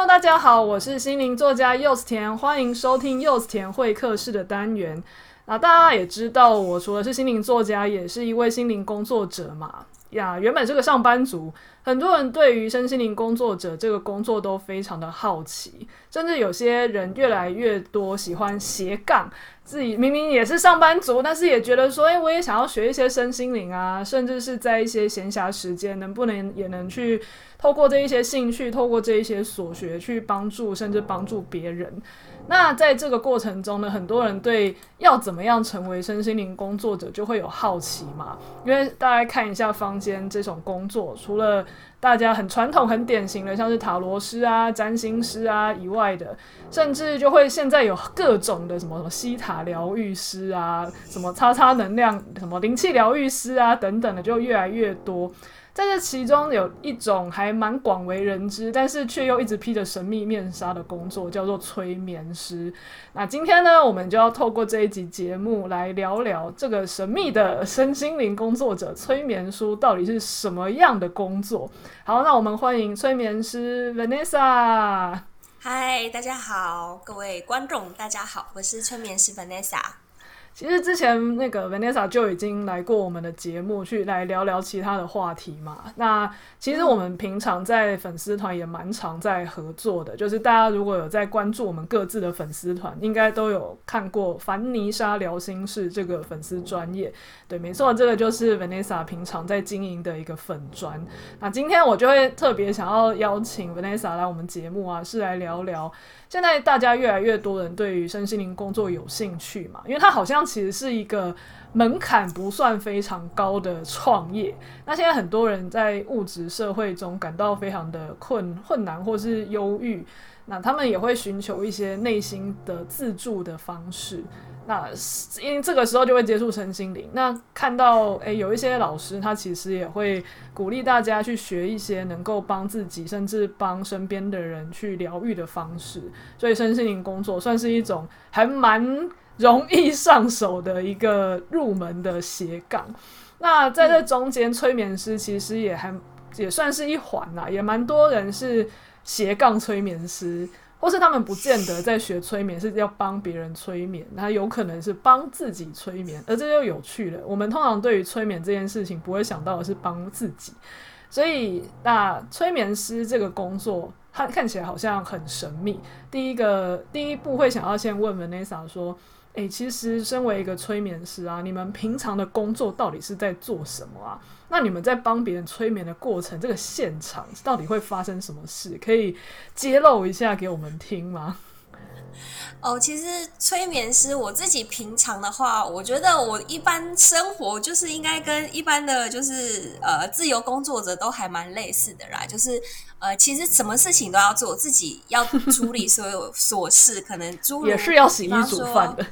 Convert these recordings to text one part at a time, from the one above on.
大家好，我是心灵作家柚子田，欢迎收听柚子田会客室的单元。大家也知道，我除了是心灵作家，也是一位心灵工作者嘛。原本是个上班族，很多人对于身心灵工作者这个工作都非常的好奇，甚至有些人越来越多喜欢斜杠，自己明明也是上班族，但是也觉得说，我也想要学一些身心灵啊，甚至是在一些闲暇时间，能不能也能去透过这一些兴趣，透过这一些所学去帮助，甚至帮助别人。那在这个过程中呢，很多人对要怎么样成为身心灵工作者就会有好奇嘛，因为大家看一下坊间这种工作，除了大家很传统很典型的像是塔罗师啊、占星师啊以外的，甚至就会现在有各种的什么西塔疗愈师啊、什么叉叉能量、什么灵气疗愈师啊等等的，就越来越多。在这其中有一种还蛮广为人知，但是却又一直披着神秘面纱的工作，叫做催眠师。那今天呢，我们就要透过这一集节目来聊聊这个神秘的身心灵工作者催眠师到底是什么样的工作。好，那我们欢迎催眠师 Vanessa。 嗨，大家好，各位观众，大家好，我是催眠师 Vanessa。 其实之前那个 Vanessa 就已经来过我们的节目，去来聊聊其他的话题嘛。那其实我们平常在粉丝团也蛮常在合作的，就是大家如果有在关注我们各自的粉丝团，应该都有看过凡妮莎聊心事这个粉丝专页。对，没错，这个就是 Vanessa 平常在经营的一个粉专。那今天我就会特别想要邀请 Vanessa 来我们节目啊，是来聊聊现在大家越来越多人对于身心灵工作有興趣嘛，因为它好像其實是一個門檻不算非常高的創業。那現在很多人在物質社會中感到非常的困難或是憂鬱，那他們也會尋求一些內心的自助的方式。那因為這個時候就會接觸身心靈，那看到有一些老師他其實也會鼓勵大家去學一些能夠幫自己甚至幫身邊的人去療癒的方式，所以身心靈工作算是一種還蠻容易上手的一個入門的斜槓。那在這中間催眠師其實也算是一環啦，也蠻多人是斜槓催眠師，或是他們不見得在學催眠是要幫別人催眠，他有可能是幫自己催眠，而這就有趣了。我們通常對於催眠這件事情不會想到的是幫自己，所以那催眠師這個工作它看起來好像很神秘。第一步會想要先問 Vanessa 說，其實身為一個催眠師啊，你們平常的工作到底是在做什麼啊？那你們在幫別人催眠的過程，這個現場到底會發生什麼事？可以揭露一下給我們聽嗎？ 其實催眠師我自己平常的話，我覺得我一般生活就是應該跟一般的就是自由工作者都還蠻類似的啦，就是其實什麼事情都要做，自己要處理所有瑣事，可能諸如也是要洗衣煮飯的，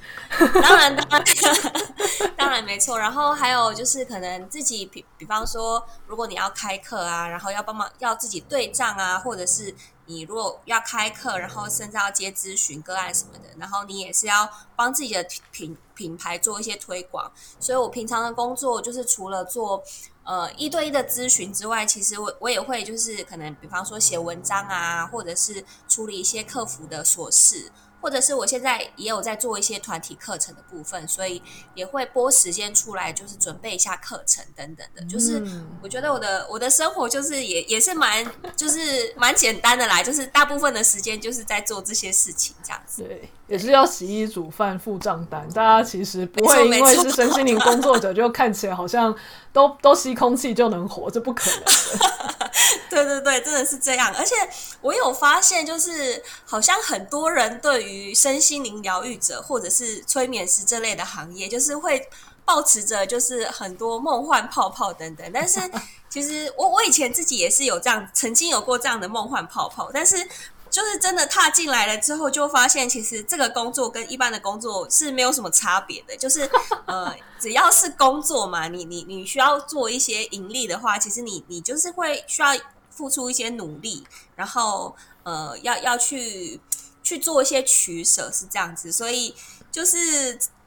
當然沒錯。然後還有就是可能自己比方說，如果你要開課啊，然後要幫忙要自己對賬啊，或者是你如果要開課，然後甚至要接諮詢個案什麼的，然後你也是要幫自己的品牌做一些推廣。所以我平常的工作就是除了做一對一的諮詢之外，其實我也會就是可能比方說寫文章啊，或者是處理一些客服的瑣事，或者是我現在也有在做一些團體課程的部分，所以也會撥時間出來就是準備一下課程等等的。就是我覺得我的生活就是也是蠻簡單的啦，就是大部分的時間就是在做這些事情這樣子。 對，也是要洗衣煮飯付賬單，大家其實不會因為是身心靈工作者就看起來好像都吸空氣就能活，這不可能的。 對對對，真的是這樣。而且我有發現就是好像很多人對於身心靈療癒者或者是催眠師這類的行業就是會抱持着就是很多夢幻泡泡等等，但是其實我以前自己也是有這樣曾經有過這樣的夢幻泡泡，但是就是真的踏進來了之後就發現其實這個工作跟一般的工作是沒有什麼差別的，就是只要是工作嘛，你需要做一些盈利的話，其實你就是會需要付出一些努力，然後要去做一些取捨，是這樣子。所以就是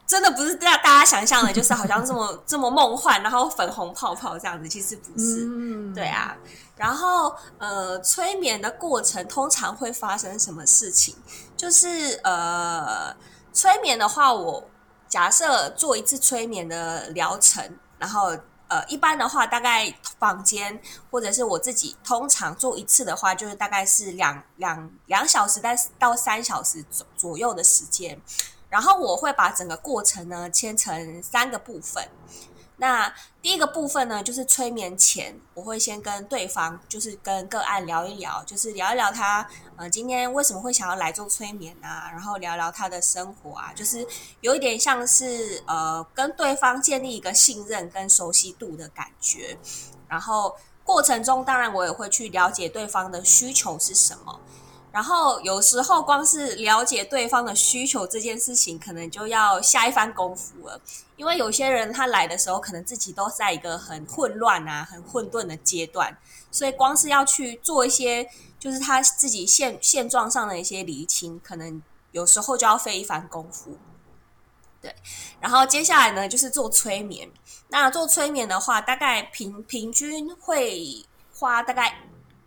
真的不是大家想象的，就是好像这么梦幻，然后粉红泡泡这样子，其实不是。对啊。然后催眠的过程通常会发生什么事情？就是催眠的话，我假设做一次催眠的疗程，然后一般的话，大概坊间或者是我自己通常做一次的话，就是大概是两小时到3小时左右的时间。然后我会把整个过程呢切成3个部分。那第一个部分呢，就是催眠前，我会先跟对方，就是跟个案聊一聊，就是聊一聊他今天为什么会想要来做催眠啊，然后聊聊他的生活啊，就是有一点像是跟对方建立一个信任跟熟悉度的感觉。然后过程中，当然我也会去了解对方的需求是什么。然后有时候光是了解对方的需求这件事情，可能就要下一番功夫了。因为有些人他来的时候，可能自己都在一个很混乱啊、很混沌的阶段，所以光是要去做一些就是他自己现状上的一些厘清，可能有时候就要费一番功夫。对，然后接下来呢，就是做催眠。那做催眠的话，大概平均会花大概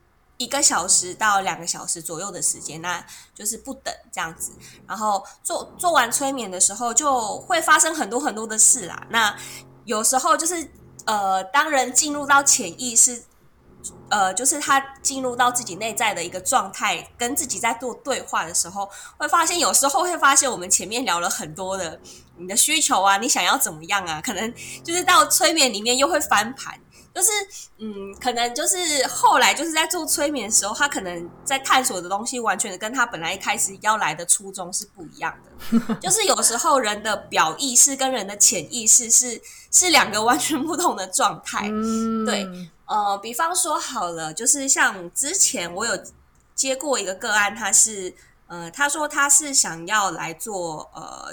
1个小时到2个小时左右的时间，那就是不等这样子。然后做完催眠的时候，就会发生很多很多的事啦。那有时候就是当人进入到潜意识，就是他进入到自己内在的一个状态，跟自己在做对话的时候，有时候会发现我们前面聊了很多的你的需求啊，你想要怎么样啊，可能就是到催眠里面又会翻盘。就是可能就是后来就是在做催眠的时候，他可能在探索的东西完全的跟他本来一开始要来的初衷是不一样的。就是有时候人的表意识跟人的潜意识是2个完全不同的状态。对，比方说好了，就是像之前我有接过一个个案，他说他是想要来做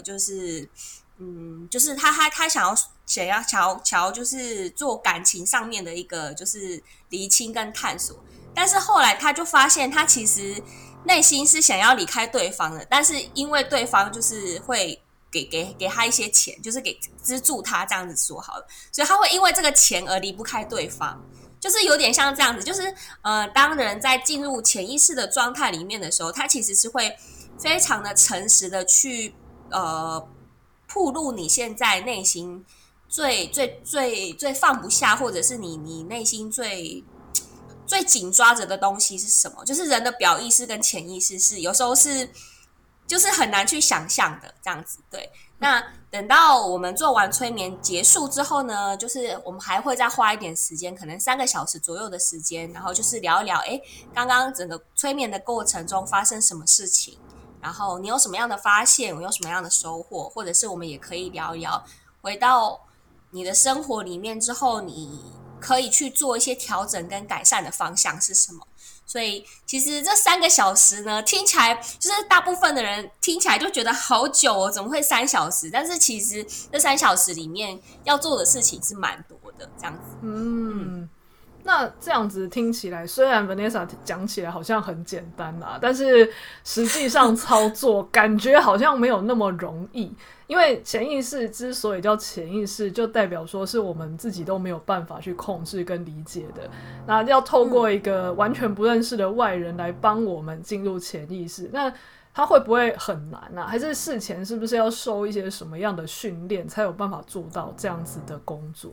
就是他想要就是做感情上面的一个就是厘清跟探索，但是后来他就发现他其实内心是想要离开对方的，但是因为对方就是会给他一些钱，就是给资助他这样子说好了，所以他会因为这个钱而离不开对方。就是有点像这样子，就是当人在进入潜意识的状态里面的时候，他其实是会非常的诚实的去暴露你现在内心最放不下，或者是你内心最紧抓着的东西是什么？就是人的表意识跟潜意识是有时候是就是很难去想象的这样子。对，那等到我们做完催眠结束之后呢，就是我们还会再花一点时间，可能3个小时左右的时间，然后就是聊一聊，刚刚整个催眠的过程中发生什么事情，然后你有什么样的发现，我有什么样的收获，或者是我们也可以聊一聊回到你的生活里面之后，你可以去做一些调整跟改善的方向是什么。所以其实这3个小时呢，听起来就是大部分的人听起来就觉得好久哦，怎么会3小时？但是其实这3小时里面要做的事情是蛮多的，这样子。 那这样子听起来，虽然 Vanessa 讲起来好像很简单啦，但是实际上操作感觉好像没有那么容易。因为潜意识之所以叫潜意识，就代表说是我们自己都没有办法去控制跟理解的。那要透过一个完全不认识的外人来帮我们进入潜意识，那它会不会很难啊？还是事前是不是要受一些什么样的训练，才有办法做到这样子的工作？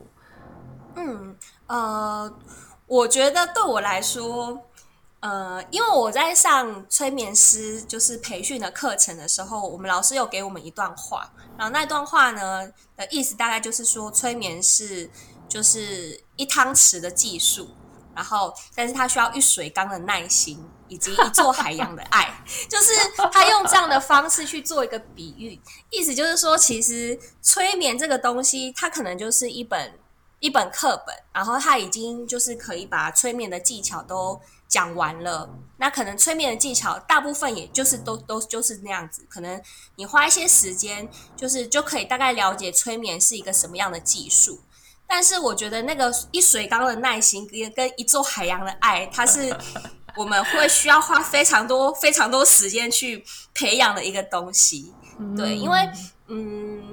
我觉得对我来说，因为我在上催眠师就是培训的课程的时候，我们老师有给我们一段话，然后那段话呢的意思大概就是说，催眠是就是1汤匙的技术，然后但是它需要1水缸的耐心，以及1座海洋的爱，就是他用这样的方式去做一个比喻，意思就是说，其实催眠这个东西，它可能就是一本课本，然后他已经就是可以把催眠的技巧都讲完了。那可能催眠的技巧大部分也就是都就是那样子，可能你花一些时间，就可以大概了解催眠是一个什么样的技术。但是我觉得那个1水缸的耐心跟1座海洋的爱，它是我们会需要花非常多时间去培养的一个东西。对，因为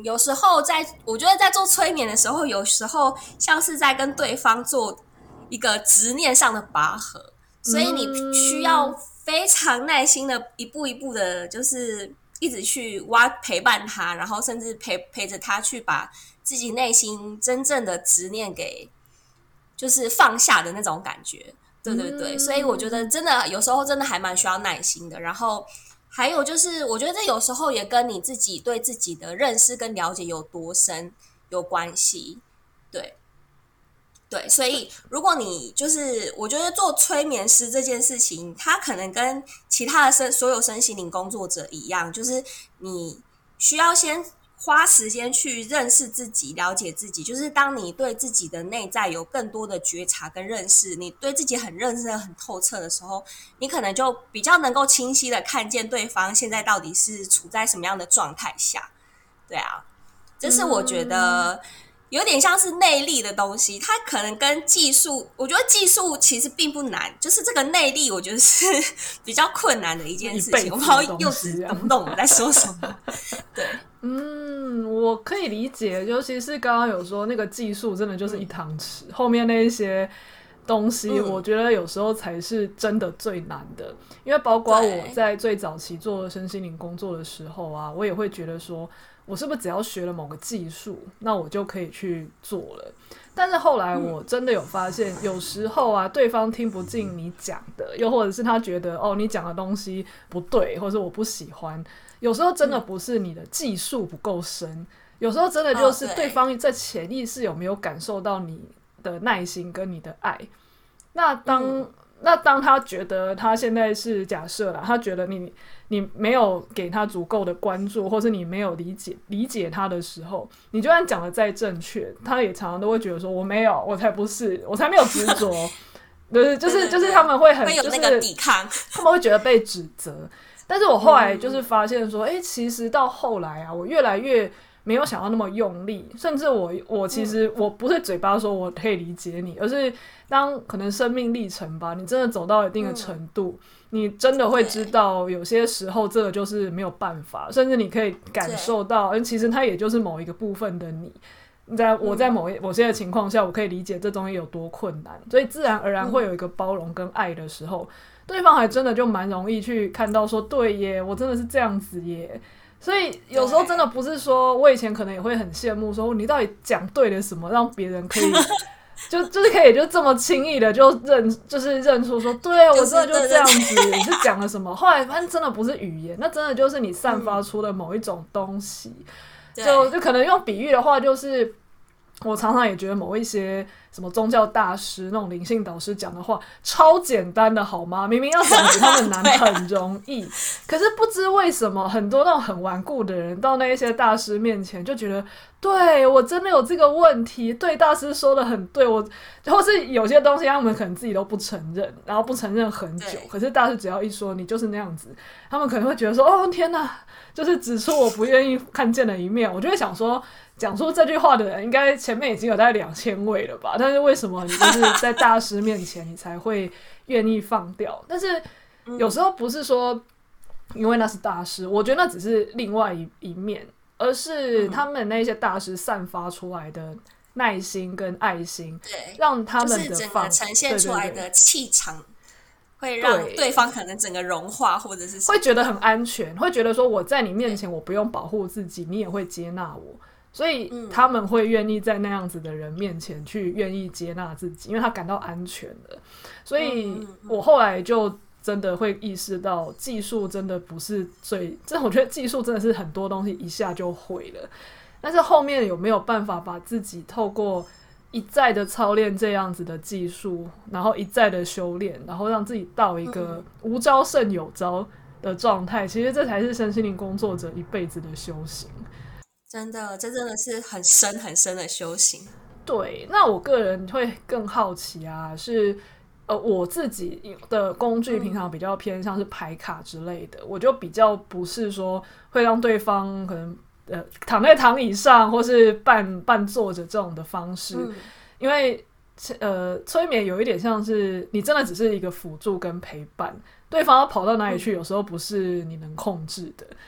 有时候我觉得在做催眠的时候，有时候像是在跟对方做一个执念上的拔河，所以你需要非常耐心的一步一步的，就是一直去陪伴他，然后甚至陪着他去把自己内心真正的执念给就是放下的那种感觉。对对对，所以我觉得真的有时候真的还蛮需要耐心的。然后还有就是，我觉得这有时候也跟你自己对自己的认识跟了解有多深有关系。对对，所以如果你就是我觉得做催眠师这件事情，它可能跟其他的所有身心灵工作者一样，就是你需要先花时间去认识自己，了解自己。就是当你对自己的内在有更多的觉察跟认识，你对自己很认识很透彻的时候，你可能就比较能够清晰的看见对方现在到底是处在什么样的状态下。对啊，这是我觉得有点像是内力的东西，它可能跟技术，我觉得技术其实并不难，就是这个内力，我觉得是比较困难的一件事情。我不知道柚子懂不懂我在说什么？对， 我可以理解，尤其是刚刚有说那个技术真的就是一汤匙，后面那一些东西，我觉得有时候才是真的最难的。因为包括我在最早期做身心灵工作的时候啊，我也会觉得说，我是不是只要学了某个技术，那我就可以去做了？但是后来我真的有发现，有时候啊，对方听不进你讲的，又或者是他觉得你讲的东西不对，或者是我不喜欢。有时候真的不是你的技术不够深，有时候真的就是对方在潜意识有没有感受到你的耐心跟你的爱。那当他觉得他现在是假设啦，他觉得你没有给他足够的关注，或是你没有理解他的时候，你就算讲的再正确，他也常常都会觉得说我没有，我才不是，我才没有执着。就是他们会有那个抵抗， 他们会觉得被指责。但是我后来就是发现说，其实到后来啊，我越来越没有想要那么用力，甚至我其实我不是嘴巴说我可以理解你，而是当可能生命历程吧，你真的走到一定的程度，你真的会知道有些时候这个就是没有办法，甚至你可以感受到，其实它也就是某一个部分的你。我在某些的情况下，我可以理解这东西有多困难，所以自然而然会有一个包容跟爱的时候，对方还真的就蛮容易去看到说，对耶，我真的是这样子耶。所以有时候真的不是说，我以前可能也会很羡慕说，你到底讲对了什么，让别人可以就是可以就这么轻易的就认出说，对，我真的就这样子，你是讲了什么？后来发现真的不是语言，那真的就是你散发出的某一种东西。就可能用比喻的话，就是我常常也觉得某一些什么宗教大师那种灵性导师讲的话超简单的好吗？明明要讲比他们难很容易可是不知为什么很多那种很顽固的人到那一些大师面前就觉得，对，我真的有这个问题，对，大师说的很对，或是有些东西他们可能自己都不承认，然后不承认很久，可是大师只要一说你就是那样子，他们可能会觉得说，哦天哪，就是指出我不愿意看见的一面。我就会想说，讲出这句话的人应该前面已经有大概2000位了吧，但是为什么你就是在大师面前你才会愿意放掉？但是有时候不是说因为那是大师，我觉得那只是另外一面，而是他们那些大师散发出来的耐心跟爱心，让他们的就是整个呈现出来的气场会让对方可能整个融化，或者是会觉得很安全，会觉得说我在你面前我不用保护自己，你也会接纳我，所以他们会愿意在那样子的人面前去愿意接纳自己，因为他感到安全了。所以我后来就真的会意识到，技术真的不是我觉得技术真的是很多东西一下就会了，但是后面有没有办法把自己透过一再的操练这样子的技术，然后一再的修炼，然后让自己到一个无招胜有招的状态，其实这才是身心灵工作者一辈子的修行。 真的，这真的是很深很深的修行。 对，那我个人会更好奇啊，是我自己的工具平常比较偏向是牌卡之类的，我就比较不是说会让对方可能躺在躺椅上或是半坐着这种的方式，因为催眠有一点像是你真的只是一个辅助跟陪伴，对方要跑到哪里去有时候不是你能控制的，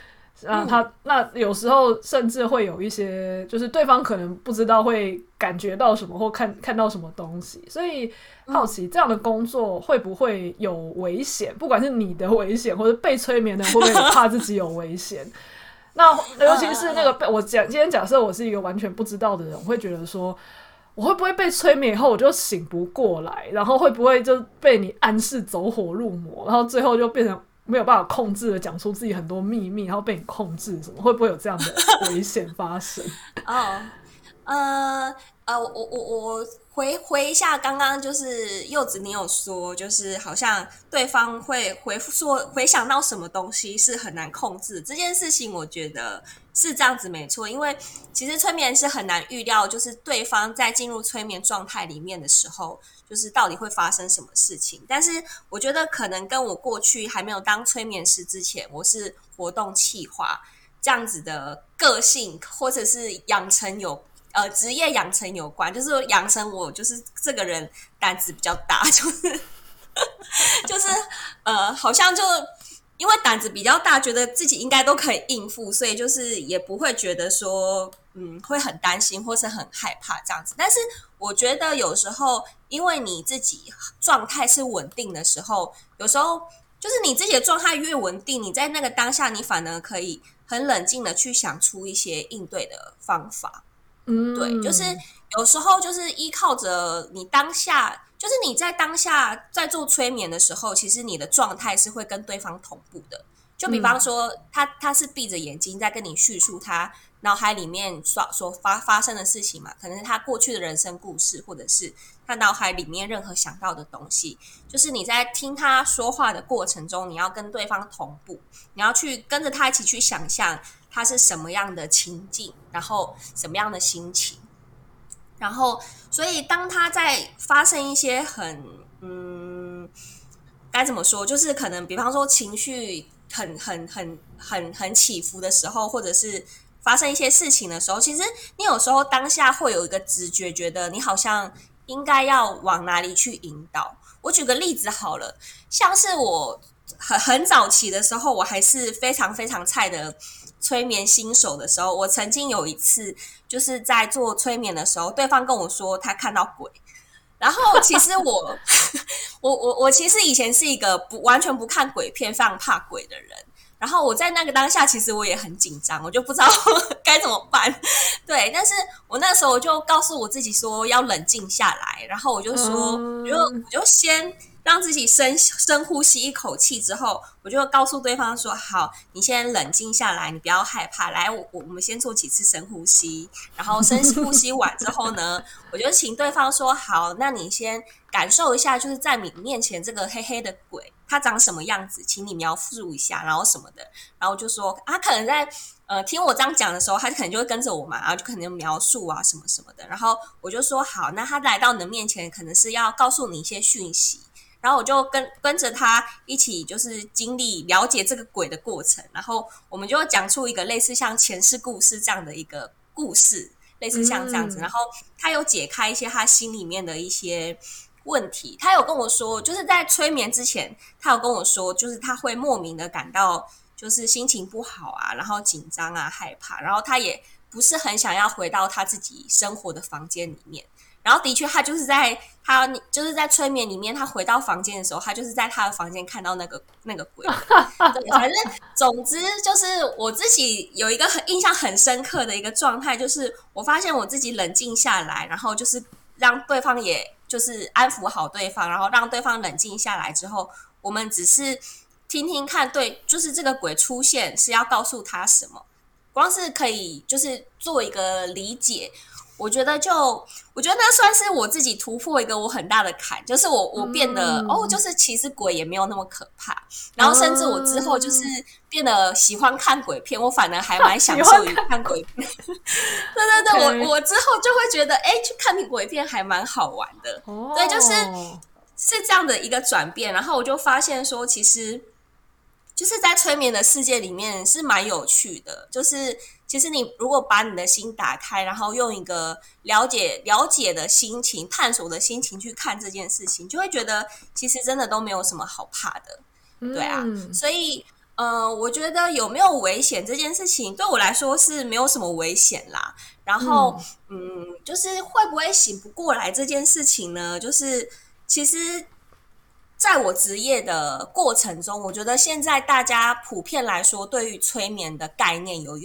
那有时候甚至会有一些，就是对方可能不知道会感觉到什么或看到什么东西，所以好奇这样的工作会不会有危险？不管是你的危险，或者被催眠的人会不会怕自己有危险？那尤其是那个今天假设我是一个完全不知道的人，我会觉得说，我会不会被催眠以后我就醒不过来，然后会不会就被你暗示走火入魔，然后最后就变成没有办法控制的讲出自己很多秘密，然后被你控制什么，会不会有这样的危险发生？ 我回一下刚刚就是柚子，你有说就是好像对方会回想到什么东西是很难控制这件事情，我觉得是这样子没错，因为其实催眠是很难预料，就是对方在进入催眠状态里面的时候，就是到底会发生什么事情。但是我觉得可能跟我过去还没有当催眠师之前，我是活动企划这样子的个性，或者是职业养成有关，就是养成我就是这个人胆子比较大，就是好像就因为胆子比较大，觉得自己应该都可以应付，所以就是也不会觉得说会很担心或是很害怕这样子。但是我觉得有时候因为你自己状态是稳定的时候，有时候就是你自己的状态越稳定，你在那个当下你反而可以很冷静的去想出一些应对的方法。对，就是有时候就是依靠着你当下，就是你在当下在做催眠的时候，其实你的状态是会跟对方同步的。就比方说，他是闭着眼睛在跟你叙述他脑海里面所发生的事情嘛，可能是他过去的人生故事，或者是他脑海里面任何想到的东西。就是你在听他说话的过程中，你要跟对方同步，你要去跟着他一起去想象他是什么样的情境，然后什么样的心情。然后，所以当他在发生一些该怎么说，就是可能比方说情绪很起伏的时候，或者是发生一些事情的时候，其实你有时候当下会有一个直觉，觉得你好像应该要往哪里去引导。我举个例子好了，像是我很早期的时候，我还是非常非常菜的催眠新手的时候，我曾经有一次就是在做催眠的时候，对方跟我说他看到鬼。然后其实我其实以前是一个完全不看鬼片、非常怕鬼的人。然后我在那个当下，其实我也很紧张，我就不知道该怎么办。对，但是我那时候我就告诉我自己说要冷静下来，然后我就说，我就先让自己深呼吸一口气之后，我就告诉对方说：“好，你先冷静下来，你不要害怕。来，我们先做几次深呼吸，然后深呼吸完之后呢，我就请对方说：好，那你先感受一下，就是在你面前这个黑黑的鬼，它长什么样子，请你描述一下，然后什么的。然后就说他可能在听我这样讲的时候，他可能就会跟着我嘛，然后就可能描述啊什么什么的。然后我就说好，那他来到你的面前，可能是要告诉你一些讯息。”然后我就跟着他一起，就是经历了解这个鬼的过程，然后我们就讲出一个类似像前世故事这样的一个故事，类似像这样子。然后他有解开一些他心里面的一些问题。他有跟我说，就是在催眠之前，他有跟我说，就是他会莫名的感到就是心情不好啊，然后紧张啊、害怕，然后他也不是很想要回到他自己生活的房间里面。然后的确，他就是在催眠里面，他回到房间的时候，他就是在他的房间看到那个鬼。对，反正总之就是我自己有一个印象很深刻的一个状态，就是我发现我自己冷静下来，然后就是让对方也就是安抚好对方，然后让对方冷静下来之后，我们只是听听看，对，就是这个鬼出现是要告诉他什么，光是可以就是做一个理解。我觉得那算是我自己突破一个我很大的坎，就是我变得就是其实鬼也没有那么可怕，然后甚至我之后就是变得喜欢看鬼片，我反而还蛮享受于看鬼片。对对对，我之后就会觉得去看鬼片还蛮好玩的。对，是这样的一个转变，然后我就发现说，其实就是在催眠的世界里面是蛮有趣的，就是其实你如果把你的心打开，然后用一个了解的心情、探索的心情去看这件事情，就会觉得其实真的都没有什么好怕的。对啊，所以我觉得有没有危险这件事情对我来说是没有什么危险啦。然后，就是会不会醒不过来这件事情呢？就是其实在我职业的过程中，我觉得现在大家普遍来说，对于催眠的概念有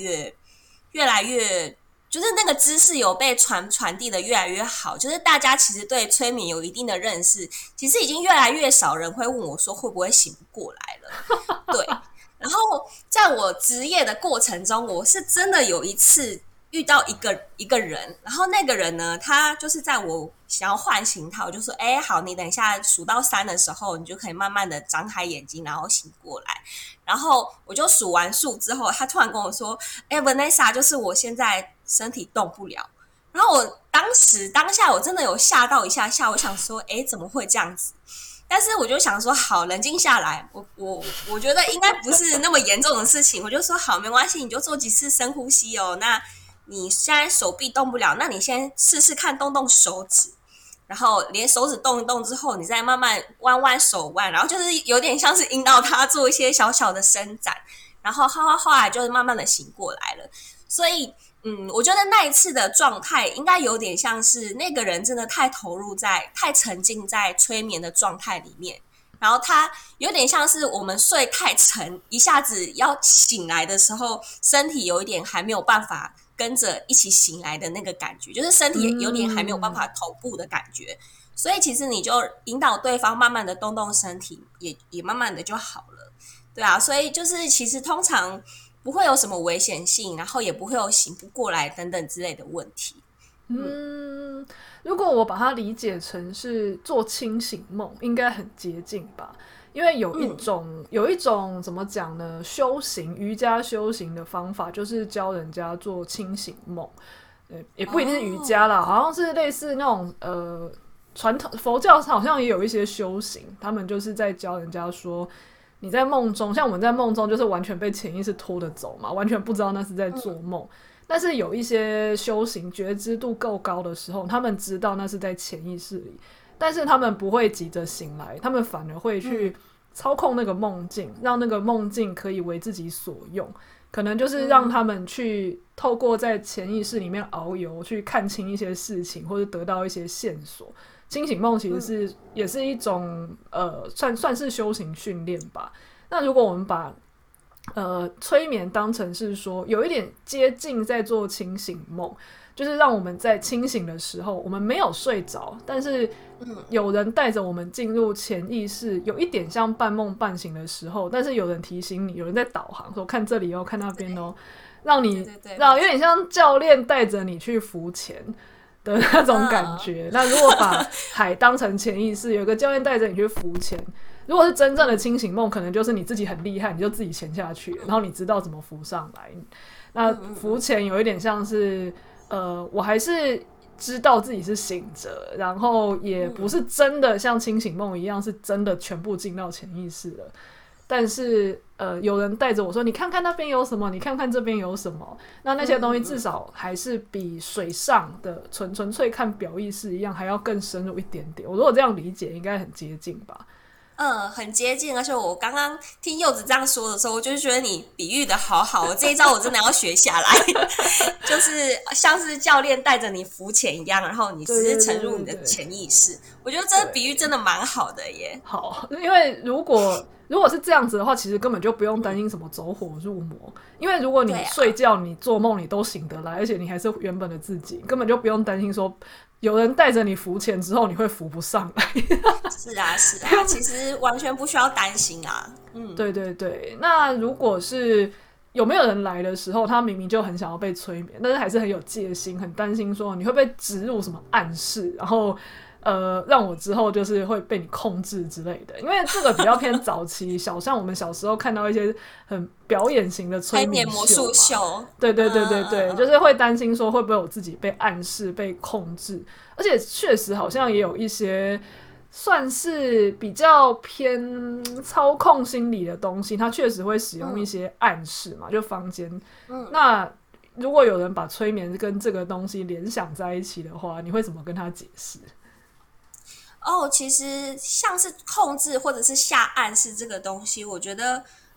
越来越，就是那个知识有被传递的越来越好，就是大家其实对催眠有一定的认识，其实已经越来越少人会问我说会不会醒不过来了。对，然后在我职业的过程中，我是真的有一次遇到一个人，然后那个人呢，他就是在我想要唤醒他，我就说，哎，好，你等一下数到3的时候，你就可以慢慢的张开眼睛，然后醒过来。然后我就数完数之后，他突然跟我说，哎，Vanessa，就是我现在身体动不了。然后我当下我真的有吓到一下，我想说，哎，怎么会这样子？但是我就想说，好，冷静下来，我觉得应该不是那么严重的事情，我就说好，没关系，你就做几次深呼吸哦。那你现在手臂动不了，那你先试试看动动手指，然后连手指动一动之后，你再慢慢弯弯手腕，然后就是有点像是引导他做一些小小的伸展，然后后来就是慢慢的醒过来了。所以我觉得那一次的状态应该有点像是那个人真的太投入太沉浸在催眠的状态里面，然后他有点像是我们睡太沉，一下子要醒来的时候，身体有一点还没有办法跟着一起醒来的那个感觉，就是身体有点还没有办法同步的感觉。所以其实你就引导对方慢慢的动动身体，也慢慢的就好了。对啊，所以就是其实通常不会有什么危险性，然后也不会有醒不过来等等之类的问题。 如果我把它理解成是做清醒梦，应该很接近吧？因为有一种怎么讲呢？瑜伽修行的方法就是教人家做清醒梦，也不一定是瑜伽啦，好像是类似那种传统佛教好像也有一些修行，他们就是在教人家说，你在梦中，像我们在梦中就是完全被潜意识拖着走嘛，完全不知道那是在做梦。但是有一些修行觉知度够高的时候，他们知道那是在潜意识里，但是他们不会急着醒来，他们反而会去操控那个梦境，让那个梦境可以为自己所用，可能就是让他们去透过在潜意识里面遨游，去看清一些事情，或者得到一些线索。清醒梦其实也是一种算是修行训练吧。那如果我们把催眠当成是说有一点接近在做清醒梦，就是让我们在清醒的时候，我们没有睡着，但是有人带着我们进入潜意识，有一点像半梦半醒的时候，但是有人提醒你，有人在导航说看这里哦，看那边哦，让你让有点像教练带着你去浮潜的那种感觉。那如果把海当成潜意识，有个教练带着你去浮潜，如果是真正的清醒梦，可能就是你自己很厉害，你就自己潜下去，然后你知道怎么浮上来。那浮潜有一点像是我还是知道自己是醒着，然后也不是真的像清醒梦一样是真的全部进到潜意识了，但是有人带着我说你看看那边有什么，你看看这边有什么，那些东西至少还是比水上的纯粹看表意识一样还要更深入一点点。我如果这样理解应该很接近吧。 很接近，而且我刚刚听柚子这样说的时候，我就觉得你比喻的好好，我这一招我真的要学下来，就是像是教练带着你浮潜一样，然后你只是沉入你的潜意识。我觉得这个比喻真的蛮好的耶。 好，因为如果是这样子的话，其实根本就不用担心什么走火入魔，因为如果你睡觉、你做梦你都醒得来，而且你还是原本的自己，根本就不用担心说有人带着你浮潜之后你会浮不上来。 是啊，其实完全不需要担心啊。 对对对。那如果是有没有人来的时候，他明明就很想要被催眠，但是还是很有戒心，很担心说你会被植入什么暗示，然后让我之后就是会被你控制之类的。因为这个比较偏早期，像我们小时候看到一些很表演型的催眠魔术秀， 对对对对对，就是会担心说会不会我自己被暗示、被控制，而且确实好像也有一些算是比较偏操控心理的东西，它确实会使用一些暗示嘛，就坊间。那如果有人把催眠跟这个东西联想在一起的话，你会怎么跟他解释？ 其实像是控制或者是下暗示这个东西，我觉得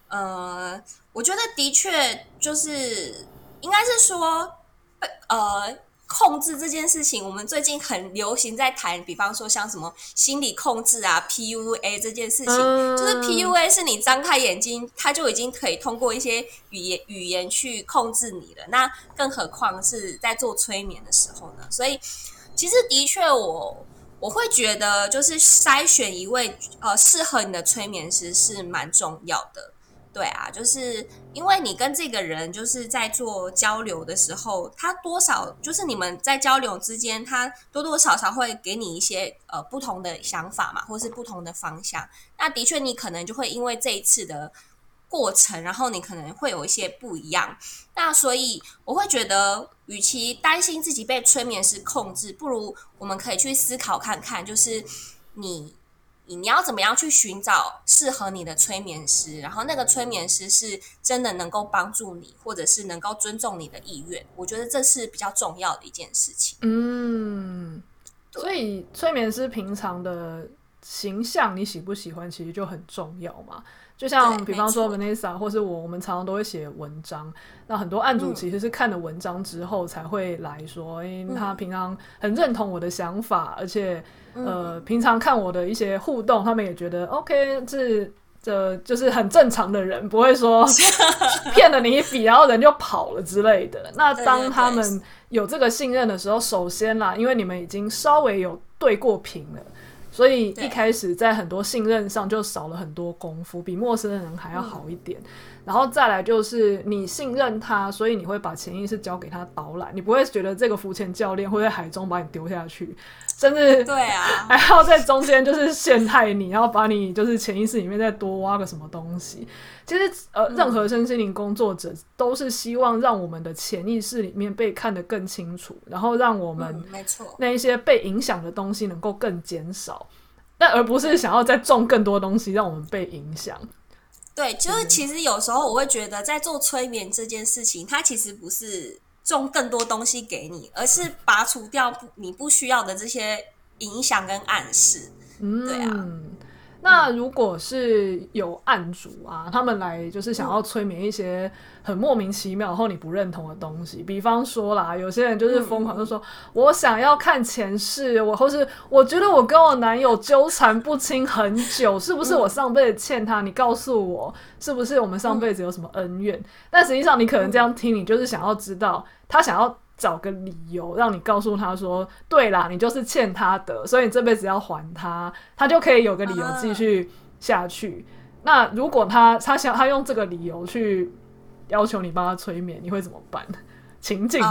我觉得的确就是应该是说，控制这件事情，我们最近很流行在谈，比方说像什么心理控制啊 PUA 这件事情，就是 PUA 是你张开眼睛，它就已经可以通过一些语言去控制你了，那更何况是在做催眠的时候呢？所以其实的确我会觉得，就是筛选一位适合你的催眠师是蛮重要的。对啊，就是因为你跟这个人就是在做交流的时候，他多少就是你们在交流之间，他多多少少会给你一些不同的想法嘛，或是不同的方向。那的确，你可能就会因为这一次的过程，然后你可能会有一些不一样。那所以我会觉得，与其担心自己被催眠师控制，不如我们可以去思考看看，就是你要怎么样去寻找适合你的催眠师，然后那个催眠师是真的能够帮助你，或者是能够尊重你的意愿。我觉得这是比较重要的一件事情。 所以催眠师平常的形象你喜不喜欢其实就很重要嘛。就像比方说 Vanessa 或是我们常常都会写文章，那很多案主其实是看了文章之后才会来说，他平常很认同我的想法，而且平常看我的一些互动，他们也觉得 OK， 这就是很正常的人，不会说骗了你一笔然后人就跑了之类的。那当他们有这个信任的时候，首先啦，因为你们已经稍微有对过频了，所以一开始在很多信任上就少了很多功夫，比陌生人还要好一点。然后再来就是你信任他，所以你会把潜意识交给他导览，你不会觉得这个浮潜教练会在海中把你丢下去，甚至还要在中间就是陷害你，然后把你就是潜意识里面再多挖个什么东西。其实任何身心灵工作者都是希望让我们的潜意识里面被看得更清楚，然后让我们那一些被影响的东西能够更减少，但而不是想要再种更多东西让我们被影响。 对，就是其实有时候我会觉得在做催眠这件事情，它其实不是种更多东西给你，而是拔除掉你不需要的这些影响跟暗示。对啊。 那如果是有案主啊，他们来就是想要催眠一些很莫名其妙然后你不认同的东西，比方说啦，有些人就是疯狂就说我想要看前世，或是我觉得我跟我男友纠缠不清很久，是不是我上辈子欠他，你告诉我是不是我们上辈子有什么恩怨。但实际上你可能这样听，你就是想要知道他想要找个理由让你告诉他说对啦，你就是欠他的，所以你这辈子要还他，他就可以有个理由继续下去。那如果他用这个理由去要求你帮他催眠，你会怎么办？情境题。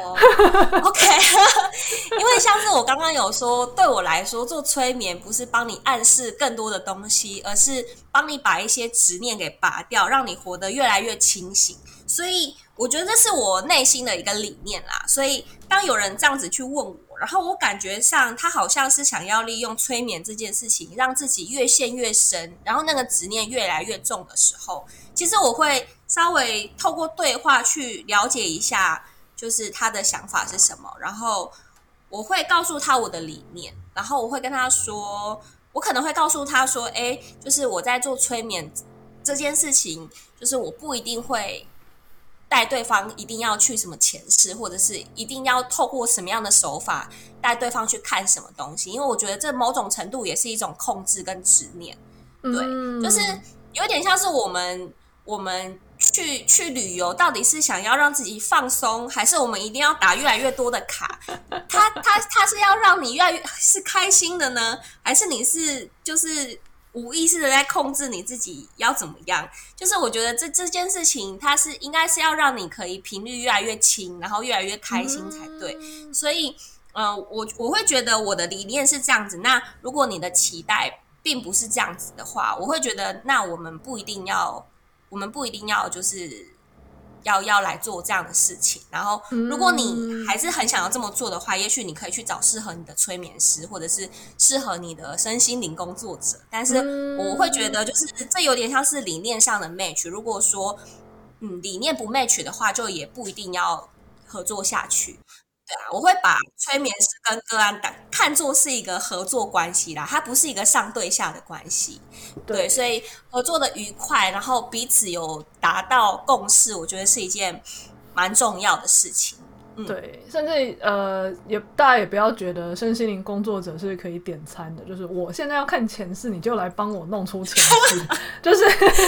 OK 因为像是我刚刚有说，对我来说做催眠不是帮你暗示更多的东西，而是帮你把一些执念给拔掉，让你活得越来越清醒。所以我觉得这是我内心的一个理念啦。所以当有人这样子去问我，然后我感觉上他好像是想要利用催眠这件事情让自己越陷越深，然后那个执念越来越重的时候，其实我会稍微透过对话去了解一下就是他的想法是什么，然后我会告诉他我的理念，然后我会跟他说，我可能会告诉他说就是我在做催眠这件事情，就是我不一定会带对方一定要去什么前世，或者是一定要透过什么样的手法带对方去看什么东西，因为我觉得这某种程度也是一种控制跟执念。对，就是有点像是我们去旅游，到底是想要让自己放松，还是我们一定要打越来越多的卡？它是要让你越来越是开心的呢，还是你是就是无意识的在控制你自己要怎么样？就是我觉得这件事情，它是应该是要让你可以频率越来越轻，然后越来越开心才对。所以，我会觉得我的理念是这样子。那如果你的期待并不是这样子的话，我会觉得那我们不一定要就是要来做这样的事情。然后如果你还是很想要这么做的话，也许你可以去找适合你的催眠师，或者是适合你的身心灵工作者。但是我会觉得就是这有点像是理念上的 match， 如果说理念不 match 的话，就也不一定要合作下去。 对啊，我会把催眠师跟个案看作是一个合作关系啦，它不是一个上对下的关系。对，所对以合作的愉快，然后彼此有达到共识，我觉得是一件蛮重要的事情。 对，甚至大家也不要觉得身心灵工作者是可以点餐的，就是我现在要看前世，你就来帮我弄出前世，就是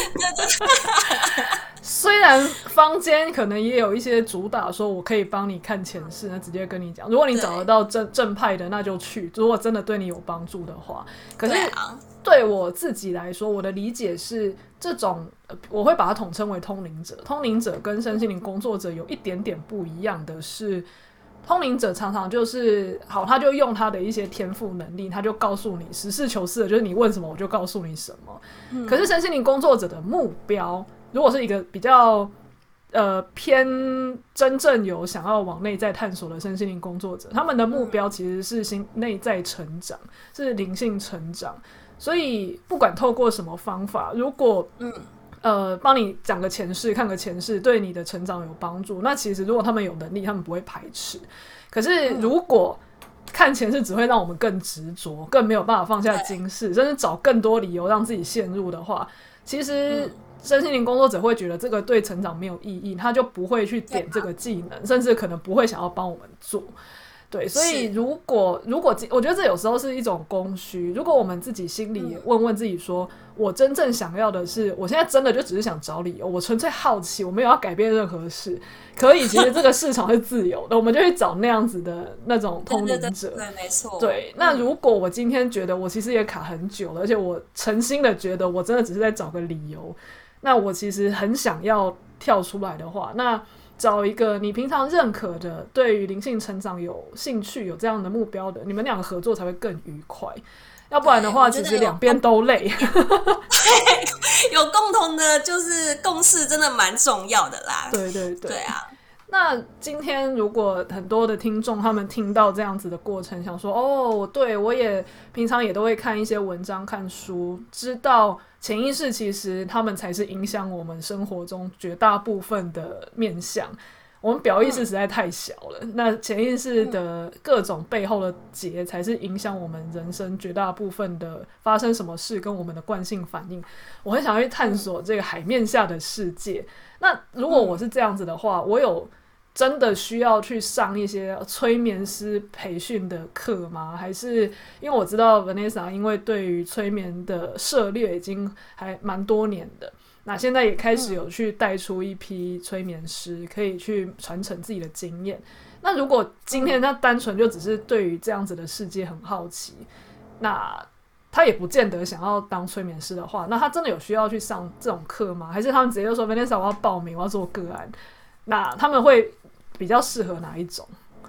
虽然坊间可能也有一些主打说我可以帮你看前世，那直接跟你讲，如果你找得到正派的，那就去，如果真的对你有帮助的话。可是对我自己来说，我的理解是这种我会把它统称为通灵者。通灵者跟身心灵工作者有一点点不一样的是，通灵者常常就是好，他就用他的一些天赋能力，他就告诉你实事求是的，就是你问什么我就告诉你什么。可是身心灵工作者的目标，如果是一个比较偏真正有想要往内在探索的身心灵工作者，他们的目标其实是内在成长，是灵性成长。所以不管透过什么方法，如果帮你讲个前世，看个前世，对你的成长有帮助，那其实如果他们有能力，他们不会排斥。可是如果看前世只会让我们更执着，更没有办法放下今世，甚至找更多理由让自己陷入的话，其实身心灵工作者会觉得这个对成长没有意义，他就不会去点这个技能，甚至可能不会想要帮我们做。对，所以如果我觉得这有时候是一种供需。如果我们自己心里也问问自己说，我真正想要的是，我现在真的就只是想找理由，我纯粹好奇，我没有要改变任何事，可以，其实这个市场是自由的，我们就去找那样子的那种通灵者。 对，没错。 对，那如果我今天觉得我其实也卡很久了，而且我诚心的觉得我真的只是在找个理由，那我其实很想要跳出来的话，那找一个你平常认可的，对于灵性成长有兴趣、有这样的目标的，你们两个合作才会更愉快。要不然的话，其实两边都累。 有共同的，就是共识，真的蛮重要的啦。 对对对， 对啊。 那今天如果很多的听众他们听到这样子的过程，想说哦，对，我也平常也都会看一些文章、看书，知道潜意识其实他们才是影响我们生活中绝大部分的面向。我们表意识实在太小了，那潜意识的各种背后的结才是影响我们人生绝大部分的发生什么事跟我们的惯性反应。我很想要去探索这个海面下的世界。那如果我是这样子的话，我有真的需要去上一些催眠师培训的课吗？还是因为我知道 Vanessa 因为对于催眠的涉猎已经还蛮多年的，那现在也开始有去带出一批催眠师，可以去传承自己的经验。那如果今天他单纯就只是对于这样子的世界很好奇，那他也不见得想要当催眠师的话，那他真的有需要去上这种课吗？还是他们直接就说 Vanessa 我要报名，我要做个案？那他们会比较适合哪一种？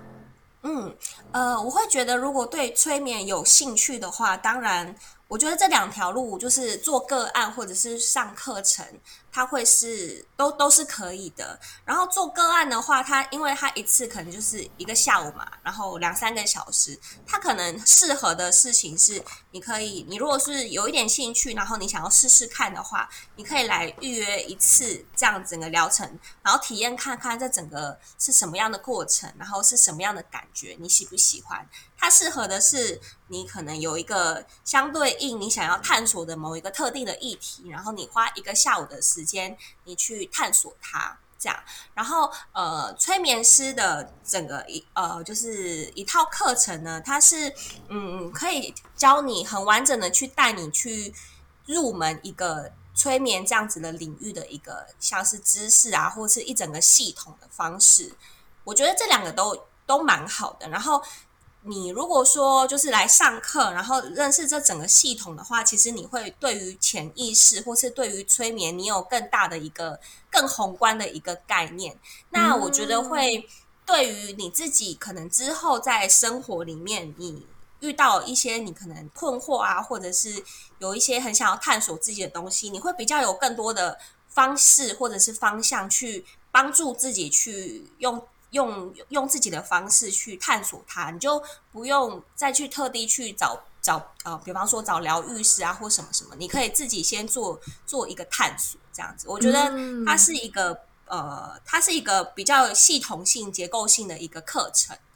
我会觉得如果对催眠有兴趣的话，当然我觉得这两条路就是做个案或者是上课程，它会是都是可以的。然后做个案的话，因为它一次可能就是一个下午嘛，然后2-3个小时，它可能适合的事情是，你如果是有一点兴趣，然后你想要试试看的话，你可以来预约一次这样整个疗程，然后体验看看这整个是什么样的过程，然后是什么样的感觉，你喜不喜欢？它适合的是你可能有一个相对应你想要探索的某一个特定的议题，然后你花1个下午的时间，你去探索它，这样。然后催眠师的整个就是一套课程呢，它是可以教你很完整的去带你去入门一个催眠这样子的领域的一个像是知识啊，或是一整个系统的方式。我觉得这两个都蛮好的。然后你如果说就是来上课，然后认识这整个系统的话，其实你会对于潜意识或是对于催眠，你有更大的一个更宏观的一个概念。那我觉得会对于你自己可能之后在生活里面，你遇到一些你可能困惑啊，或者是有一些很想要探索自己的东西，你会比较有更多的方式或者是方向去帮助自己去用自己的方式去探索它，你就不用再去特地去找比方说找疗愈师啊或什么什么，你可以自己先做一个探索，这样子。我觉得它是一个比较系统性、结构性的一个课程。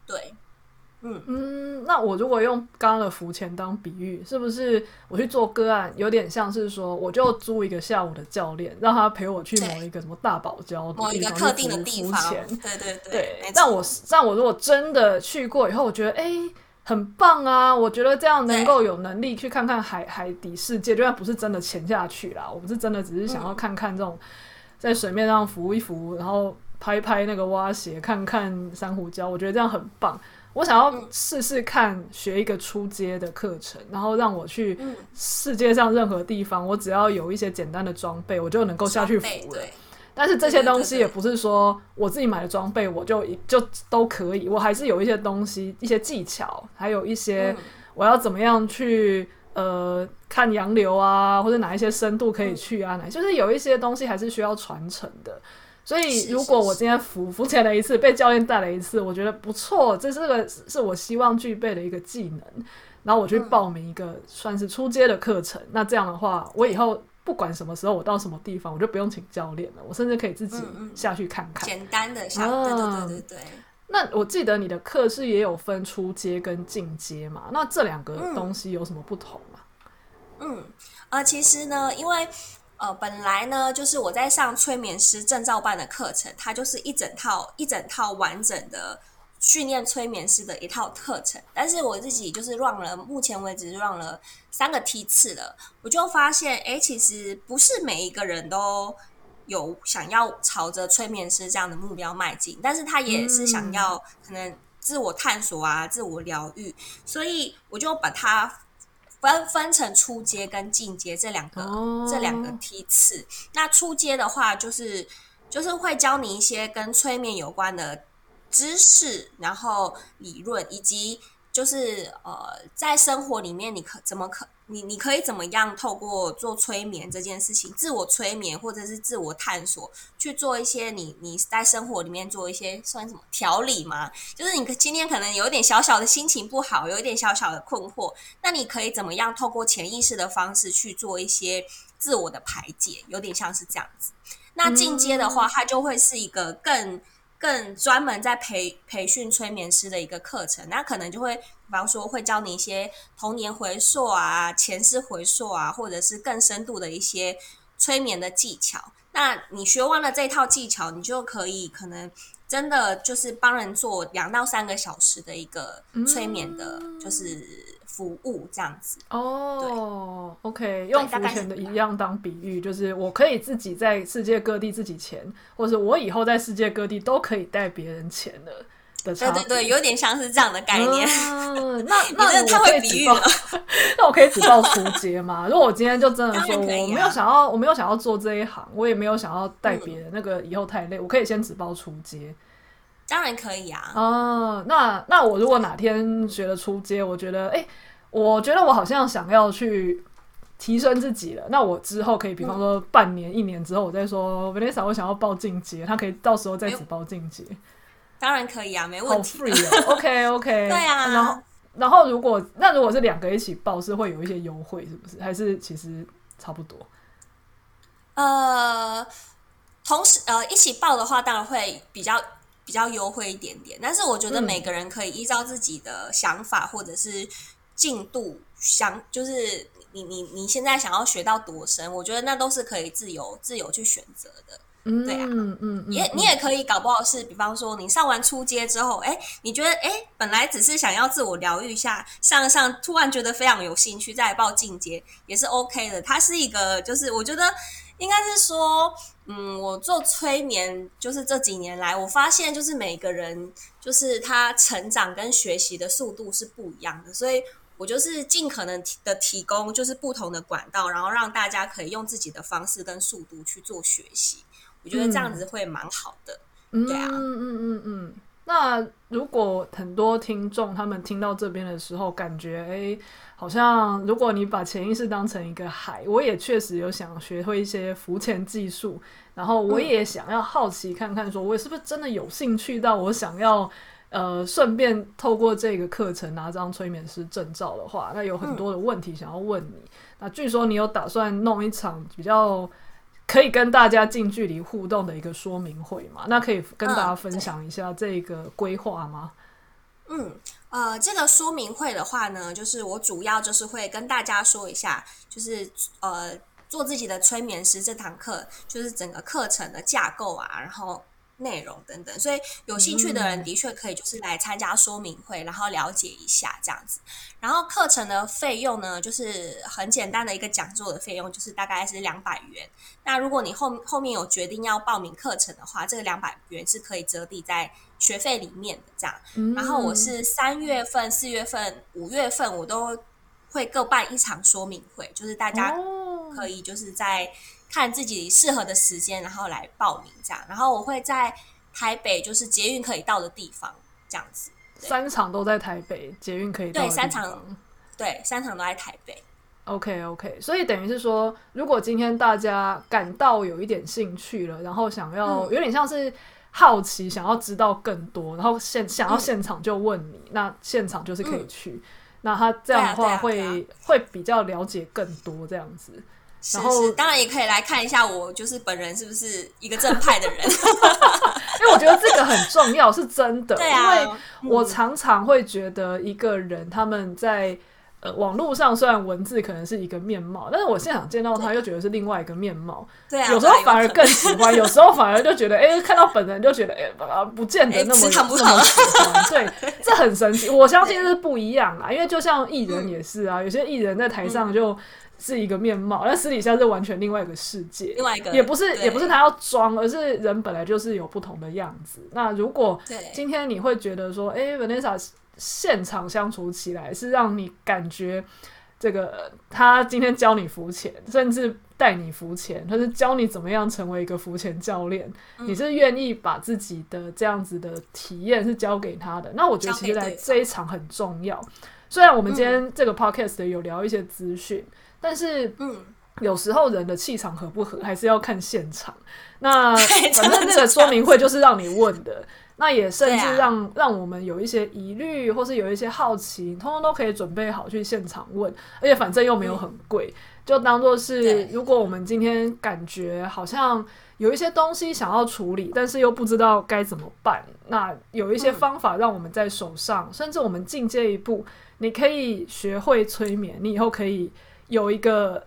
对。 那我如果用刚刚的浮潜当比喻，是不是我去做个案，有点像是说，我就租一个下午的教练，让他陪我去某一个什么大堡礁某一个特定的地方，对对对。 但我如果真的去过以后，我觉得很棒啊！我觉得这样能够有能力去看看海底世界，就算不是真的潜下去啦，我不是真的只是想要看看这种在水面上浮一浮，然后拍拍那个蛙鞋，看看珊瑚礁，我觉得这样很棒。我想要试试看学一个初阶的课程，然后让我去世界上任何地方，我只要有一些简单的装备，我就能够下去浮了。但是这些东西也不是说我自己买的装备我就都可以，我还是有一些东西、一些技巧，还有一些我要怎么样去看洋流啊，或者哪一些深度可以去啊，就是有一些东西还是需要传承的。所以如果我今天浮潜了一次，被教练带了一次，我觉得不错，这是我希望具备的一个技能，然后我去报名一个算是初阶的课程。那这样的话，我以后不管什么时候我到什么地方，我就不用请教练了，我甚至可以自己下去看看， 简单的对。 那我记得你的课是也有分初阶跟进阶嘛？那这两个东西有什么不同吗？ 其实呢，因为本来呢，就是我在上催眠师证照班的课程，它就是一整套完整的训练催眠师的一套课程。但是我自己就是 run 了，目前为止 run 了3个梯次了，我就发现，其实不是每一个人都有想要朝着催眠师这样的目标迈进，但是他也是想要可能自我探索啊，自我疗愈，所以我就把它分成初阶跟进阶这两个梯次。那初阶的话，就是会教你一些跟催眠有关的知识，然后理论，以及就是在生活里面你可以怎么样透过做催眠这件事情，自我催眠或者是自我探索，去做一些你在生活里面做一些算什么调理嘛？就是你今天可能有一点小小的心情不好，有一点小小的困惑，那你可以怎么样透过潜意识的方式去做一些自我的排解，有点像是这样子。那进阶的话，它就会是一个更专门在培训催眠师的一个课程，那可能就会比方说会教你一些童年回溯啊、前世回溯啊，或者是更深度的一些催眠的技巧。那你学完了这套技巧，你就可以可能真的就是帮人做2到3个小时的一个催眠的，就是服务这样子。 OK， 用浮潜的一样当比喻，就是我可以自己在世界各地自己潜，或者我以后在世界各地都可以带别人潜的差别。 对，有点像是这样的概念。 那你真的太会比喻了。 那我可以只报初阶吗？如果我今天就真的说我没有想要做这一行，我也没有想要带别人，那个以后太累，我可以先只报初阶。 当然可以啊。 那我如果哪天学了初阶，我觉得我好像想要去提升自己了，那我之后可以比方说半年1年之后我再说 Vanessa 我想要报进阶，他可以到时候再只报进阶。 当然可以啊，没问题。 好 free 哦。OK 对啊。 然后如果是2个一起报，是会有一些优惠是不是？还是其实差不多？ 同时一起报的话当然会比较优惠一点点，但是我觉得每个人可以依照自己的想法或者是进度就是你现在想要学到多深，我觉得那都是可以自由去选择的。对啊。你也可以搞不好是比方说你上完初阶之后，你觉得本来只是想要自我疗愈一下，上突然觉得非常有兴趣，再来报进阶也是 OK 的。它是一个就是我觉得应该是说我做催眠就是这几年来，我发现就是每个人就是他成长跟学习的速度是不一样的，所以我就是尽可能的提供就是不同的管道，然后让大家可以用自己的方式跟速度去做学习，我觉得这样子会蛮好的。对啊。 那如果很多听众他们听到这边的时候感觉好像如果你把潜意识当成一个海，我也确实有想学会一些浮潜技术，然后我也想要好奇看看说我是不是真的有兴趣到我想要顺便透过这个课程拿张催眠师证照的话，那有很多的问题想要问你。那据说你有打算弄一场比较可以跟大家近距离互动的一个说明会嘛？那可以跟大家分享一下这个规划吗？ 这个说明会的话呢，就是我主要就是会跟大家说一下，就是做自己的催眠师这堂课，就是整个课程的架构啊，然后内容等等，所以有兴趣的人的确可以就是来参加说明会，然后了解一下这样子。然后课程的费用呢，就是很简单的一个讲座的费用，就是大概是200元。那如果你后面有决定要报名课程的话，这个200元是可以折抵在学费里面的这样。然后我是3月份、4月份、5月份我都会各办一场说明会，就是大家可以就是在看自己适合的时间，然后来报名这样。然后我会在台北，就是捷运可以到的地方这样子。 3场都在台北，捷运可以到的地方。 对，3场都在台北。 OK， 所以等于是说，如果今天大家感到有一点兴趣了，然后想要有点像是好奇，想要知道更多，然后想要现场就问你，那现场就是可以去。那他这样的话会比较了解更多这样子。然后当然也可以来看一下我就是本人是不是一个正派的人因为我觉得这个很重要，是真的。 对啊， 因为我常常会觉得一个人他们在网络上虽然文字可能是一个面貌，但是我现场见到他又觉得是另外一个面貌。 对啊， 有时候反而更喜欢，有时候反而就觉得看到本人就觉得不见得那么磁场不同。 对，这很神奇。我相信是不一样啦，因为就像艺人也是啊，有些艺人在台上就是一个面貌，但私底下是完全另外一个世界， 另外一个也不是他要装，而是人本来就是有不同的样子。那如果今天你会觉得说Vanessa 现场相处起来是让你感觉这个他今天教你浮潜，甚至带你浮潜，或是教你怎么样成为一个浮潜教练，你是愿意把自己的这样子的体验是交给他的，那我觉得其实在这一场很重要。虽然我们今天这个 podcast 有聊一些资讯，但是有时候人的气场合不合还是要看现场。那反正那个说明会就是让你问的，那也甚至让我们有一些疑虑或是有一些好奇，通通都可以准备好去现场问，而且反正又没有很贵，就当作是如果我们今天感觉好像有一些东西想要处理，但是又不知道该怎么办，那有一些方法让我们在手上，甚至我们进阶一步，你可以学会催眠，你以后可以有一个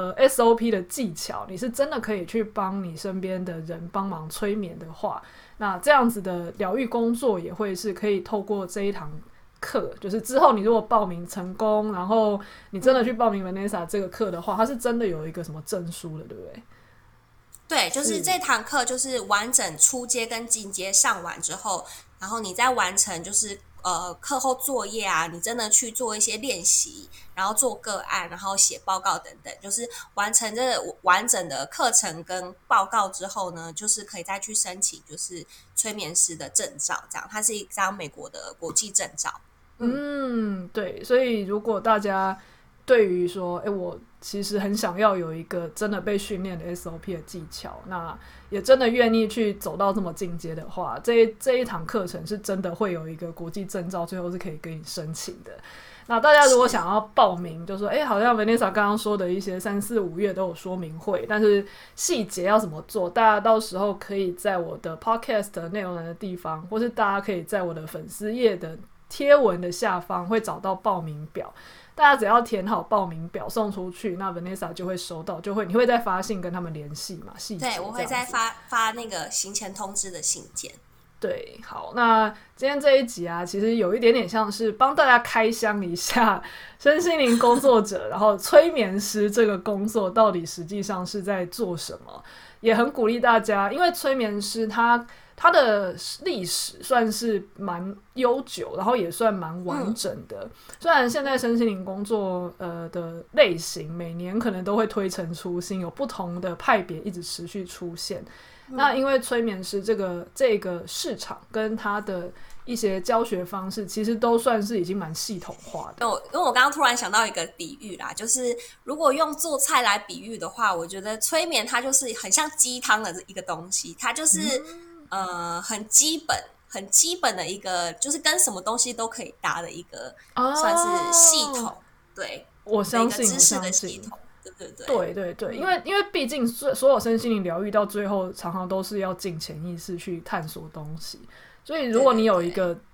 SOP 的技巧，你是真的可以去帮你身边的人帮忙催眠的话，那这样子的疗愈工作也会是可以透过这一堂课，就是之后你如果报名成功，然后你真的去报名 Vanessa 这个课的话，它是真的有一个什么证书的，对不对？ 对，就是这堂课就是完整初阶跟进阶上完之后，然后你再完成就是课后作业啊，你真的去做一些练习，然后做个案，然后写报告等等，就是完成这完整的课程跟报告之后呢，就是可以再去申请就是催眠师的证照，这样它是一张美国的国际证照。 对，所以如果大家对于说我其实很想要有一个真的被训练的 SOP 的技巧，那也真的愿意去走到这么进阶的话，这一堂课程是真的会有一个国际证照，最后是可以给你申请的。那大家如果想要报名，就说好像 Vanessa 刚刚说的一些3、4、5月都有说明会，但是细节要怎么做，大家到时候可以在我的 podcast 的内容栏的地方，或是大家可以在我的粉丝页的贴文的下方会找到报名表，大家只要填好报名表送出去，那 Vanessa 就会收到，你会再发信跟他们联系嘛？细节对，我会再发那个行前通知的信件。 对，好，那今天这一集啊，其实有一点点像是帮大家开箱一下身心灵工作者，然后催眠师这个工作到底实际上是在做什么，也很鼓励大家，因为催眠师它的历史算是蛮悠久，然后也算蛮完整的。虽然现在身心灵工作的类型每年可能都会推陈出新，有不同的派别一直持续出现。那因为催眠师这个市场跟它的一些教学方式，其实都算是已经蛮系统化的。 因为我刚刚突然想到一个比喻啦，就是如果用做菜来比喻的话，我觉得催眠它就是很像鸡汤的一个东西，它就是很基本的一个，就是跟什么东西都可以搭的一个，算是系统。对， 我相信， 一个知识的系统。 对，因为毕竟所有身心灵疗愈到最后常常都是要进潜意识去探索东西，所以如果你有一个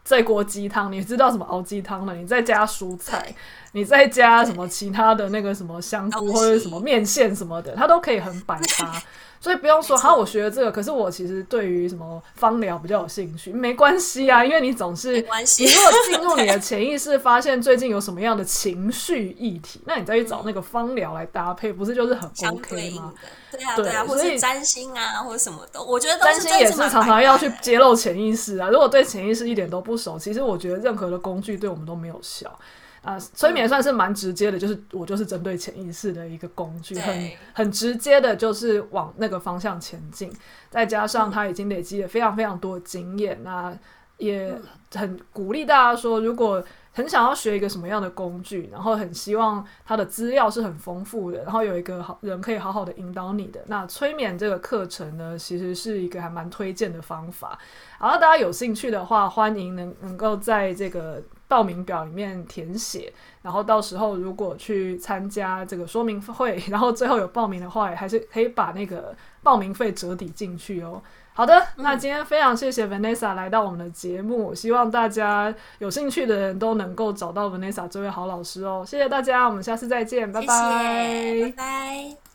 再锅鸡汤，你知道什么熬鸡汤了，你再加蔬菜，你再加什么其他的那个什么香菇或者什么面线什么的，它都可以很百搭。所以不用说，好，我学了这个，可是我其实对于什么芳疗比较有兴趣，没关系啊，因为你总是，你如果进入你的潜意识，发现最近有什么样的情绪议题，那你再去找那个芳疗来搭配，不是就是很 OK 吗？ 对啊，对啊，或者占星啊，或者什么的，我觉得占星也是常常要去揭露潜意识啊。如果对潜意识一点都不熟，其实我觉得任何的工具对我们都没有效。催眠算是蛮直接的，就是我就是针对潜意识的一个工具，很直接的，就是往那个方向前进。再加上他已经累积了非常非常多的经验，那也很鼓励大家说，如果很想要学一个什么样的工具，然后很希望他的资料是很丰富的，然后有一个人可以好好的引导你的，那催眠这个课程呢，其实是一个还蛮推荐的方法。然后大家有兴趣的话，欢迎能够在这个报名表里面填写，然后到时候如果去参加这个说明会，然后最后有报名的话，还是可以把那个报名费折抵进去哦。好的，那今天非常谢谢 Vanessa 来到我们的节目，希望大家有兴趣的人都能够找到 Vanessa 这位好老师哦。谢谢大家，我们下次再见，拜拜， 谢谢，拜拜。